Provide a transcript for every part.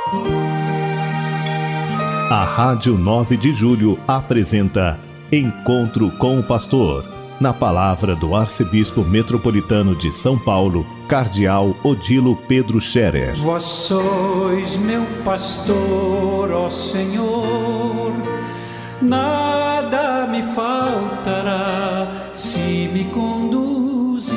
A Rádio 9 de Julho apresenta Encontro com o Pastor, na palavra do Arcebispo Metropolitano de São Paulo, Cardeal Odilo Pedro Scherer. Vós sois meu pastor, ó Senhor, nada me faltará se me conduzis.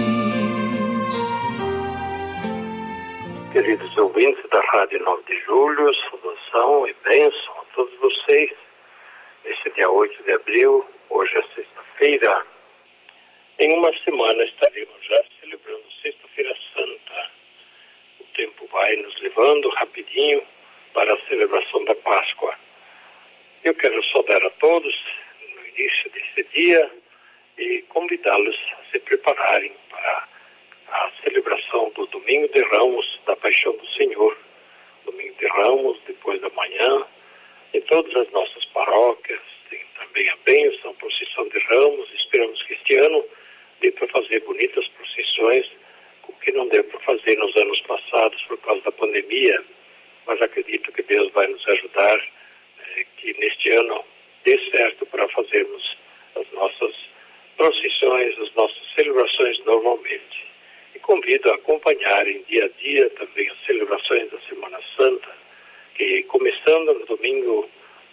Queridos ouvintes da Rádio 9 de Julho, saudação e bênção a todos vocês. Neste dia 8 de abril, hoje é sexta-feira. Em uma semana estaremos já celebrando Sexta-feira Santa. O tempo vai nos levando rapidinho para a celebração da Páscoa. Eu quero saudar a todos no início desse dia e convidá-los a se prepararem para a celebração do Domingo de Ramos da Paixão do Senhor. Domingo de Ramos, depois da manhã, em todas as nossas paróquias, tem também a bênção, a procissão de Ramos. Esperamos que este ano dê para fazer bonitas procissões, o que não deu para fazer nos anos passados por causa da pandemia, mas acredito que Deus vai nos ajudar, que neste ano dê certo para fazermos as nossas procissões, as nossas celebrações normalmente. E convido a acompanharem dia a dia também as celebrações da Semana Santa, que começando no domingo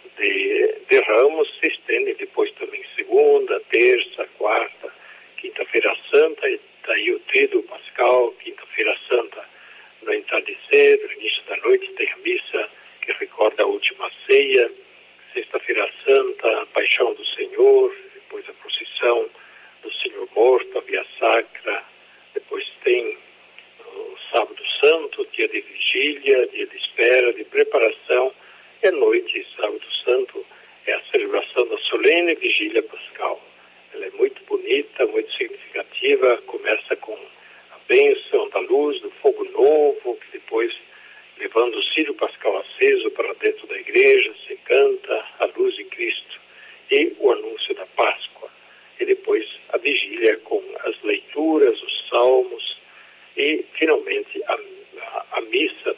de Ramos, se estende depois também segunda, terça, quarta, quinta-feira santa, e daí o tríduo pascal, quinta-feira santa no entardecer, no início da noite tem a missa que recorda a última ceia, sexta-feira santa, a paixão do Senhor, depois a procissão do Senhor morto, a via sacra, depois tem o sábado santo, dia de vigília, dia de espera, de preparação, e à noite, sábado santo, é a celebração da solene vigília pascal. Ela é muito bonita, muito significativa, começa com a bênção da luz, do fogo novo, que depois, levando o círio pascal aceso para dentro da igreja, se canta a luz de Cristo, e o anúncio da Páscoa. E depois a vigília com as leituras, os salmos, e finalmente a missa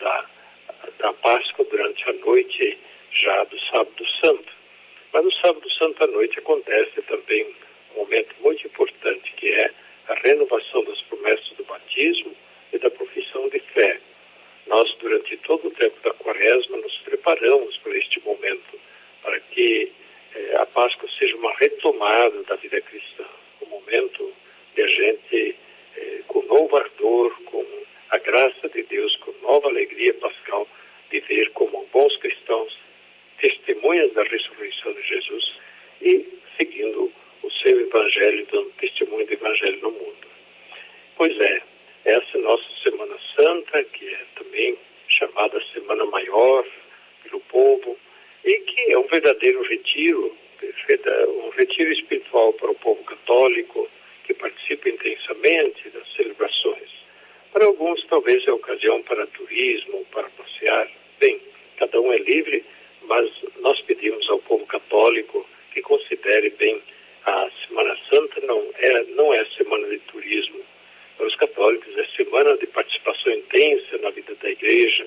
da Páscoa durante a noite já do sábado santo. Mas no sábado santo à noite acontece também um momento muito importante, que é a renovação das promessas do batismo e da profissão de fé. Nós, durante todo o tempo da Quaresma, nos preparamos para este momento, para que a Páscoa seja uma retomada da vida cristã, um momento de a gente, com novo ardor, com a graça de Deus, com nova alegria pascal, viver como bons cristãos, testemunhas da ressurreição de Jesus e seguindo o seu Evangelho, dando testemunho do Evangelho no mundo. Pois é, essa nossa Semana Santa, que é também chamada Semana Maior pelo povo, e que é um verdadeiro retiro, um retiro espiritual para o povo católico, que participa intensamente das celebrações. Para alguns, talvez é ocasião para turismo, para passear. Bem, cada um é livre, mas nós pedimos ao povo católico que considere bem a Semana Santa, não é semana de turismo. Para os católicos é semana de participação intensa na vida da igreja,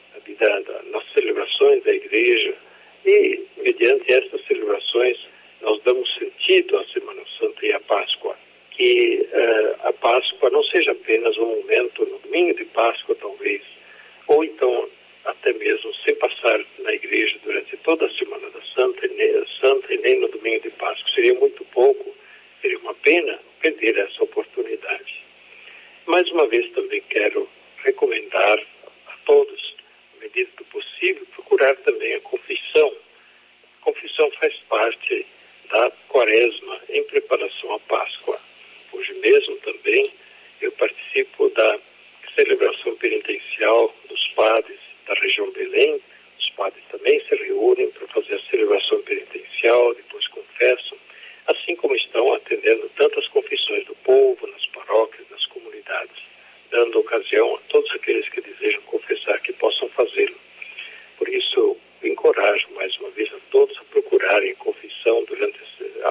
nas celebrações da igreja, e mediante essas celebrações nós damos sentido à Semana Santa e à Páscoa. Que a Páscoa não seja apenas um momento no domingo de Páscoa, talvez, ou então até mesmo sem passar na igreja durante toda a Semana da Santa e nem no domingo de Páscoa. Seria muito pouco, seria uma pena perder essa oportunidade. Mais uma vez também quero recomendar a todos, na medida do possível, procurar também a confissão. A confissão faz parte da Quaresma em preparação à Páscoa. Hoje mesmo também eu participo da celebração penitencial dos padres da região Belém. Os padres também se reúnem para fazer a celebração penitencial, depois confessam, assim como estão atendendo tantas confissões do povo, nas paróquias, nas comunidades, dando ocasião a todos aqueles que desejam confessar que possam fazê-lo. Por isso, eu encorajo mais uma vez a todos a procurarem confissão durante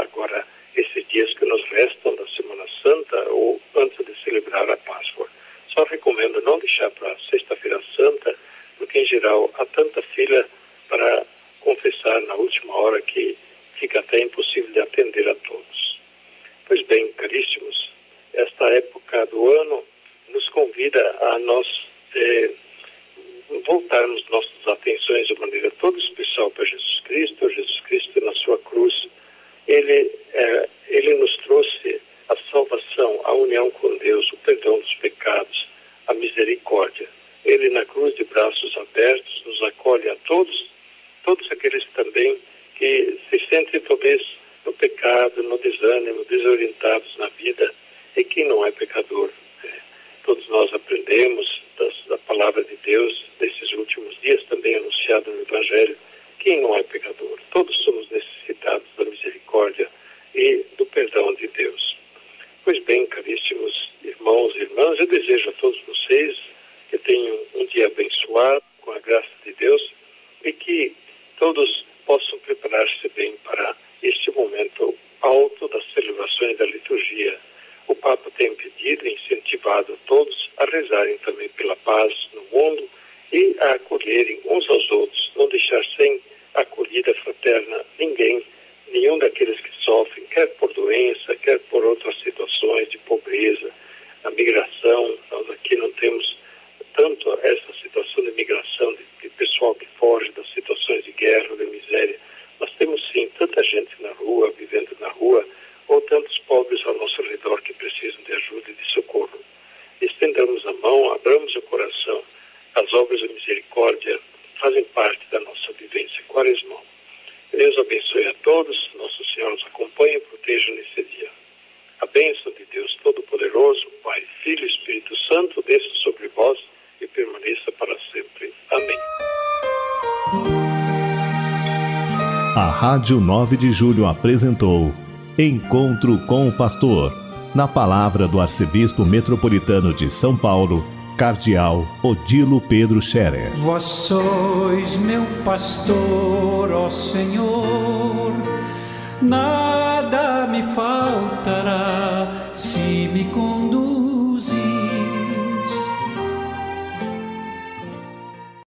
esses dias que nos restam da Semana Santa ou antes de celebrar a Páscoa. Só recomendo não deixar para Sexta-feira geral, há tanta fila para confessar na última hora que fica até impossível de atender a todos. Pois bem, caríssimos, esta época do ano nos convida a nós voltarmos nossas atenções de maneira toda especial para Jesus Cristo na sua cruz. Ele nos trouxe a salvação, a união com Deus, o perdão dos pecados, a misericórdia. Ele na cruz de braços abertos nos acolhe a todos aqueles também que se sentem talvez no pecado, no desânimo, desorientados na vida, e quem não é pecador. Todos nós aprendemos da palavra de Deus, desses últimos dias também anunciado no Evangelho, quem não é pecador? Todos somos necessitados da misericórdia e do perdão de Deus. Pois bem, caríssimos irmãos e irmãs, eu desejo a todos vocês que tenham um dia abençoado, com a graça de Deus, e que todos possam preparar-se bem para este momento alto das celebrações da liturgia. O Papa tem pedido e incentivado a todos a rezarem também pela paz no mundo e a acolherem uns aos outros, não deixar sem acolhida fraterna nenhum daqueles que sofrem, quer por doença, quer por outras situações de pobreza, a migração. Nós aqui não temos tanto essa situação de migração, de pessoal que foge das situações de guerra, de miséria. Nós temos sim tanta gente na rua, vivendo na rua, ou tantos pobres ao nosso redor que precisam de ajuda e de socorro. Estendamos a mão, abramos o coração. As obras de misericórdia fazem parte da nossa vivência quaresmal. Deus abençoe a todos, Nosso Senhor nos acompanhe e proteja nesse dia. A bênção de Deus Todo-Poderoso, Pai, Filho e Espírito Santo, desça sobre vós e permaneça para sempre. Amém. A Rádio 9 de Julho apresentou Encontro com o Pastor, na palavra do Arcebispo Metropolitano de São Paulo, Cardeal Odilo Pedro Scherer. Vós sois meu pastor, ó Senhor, nada me faltará se me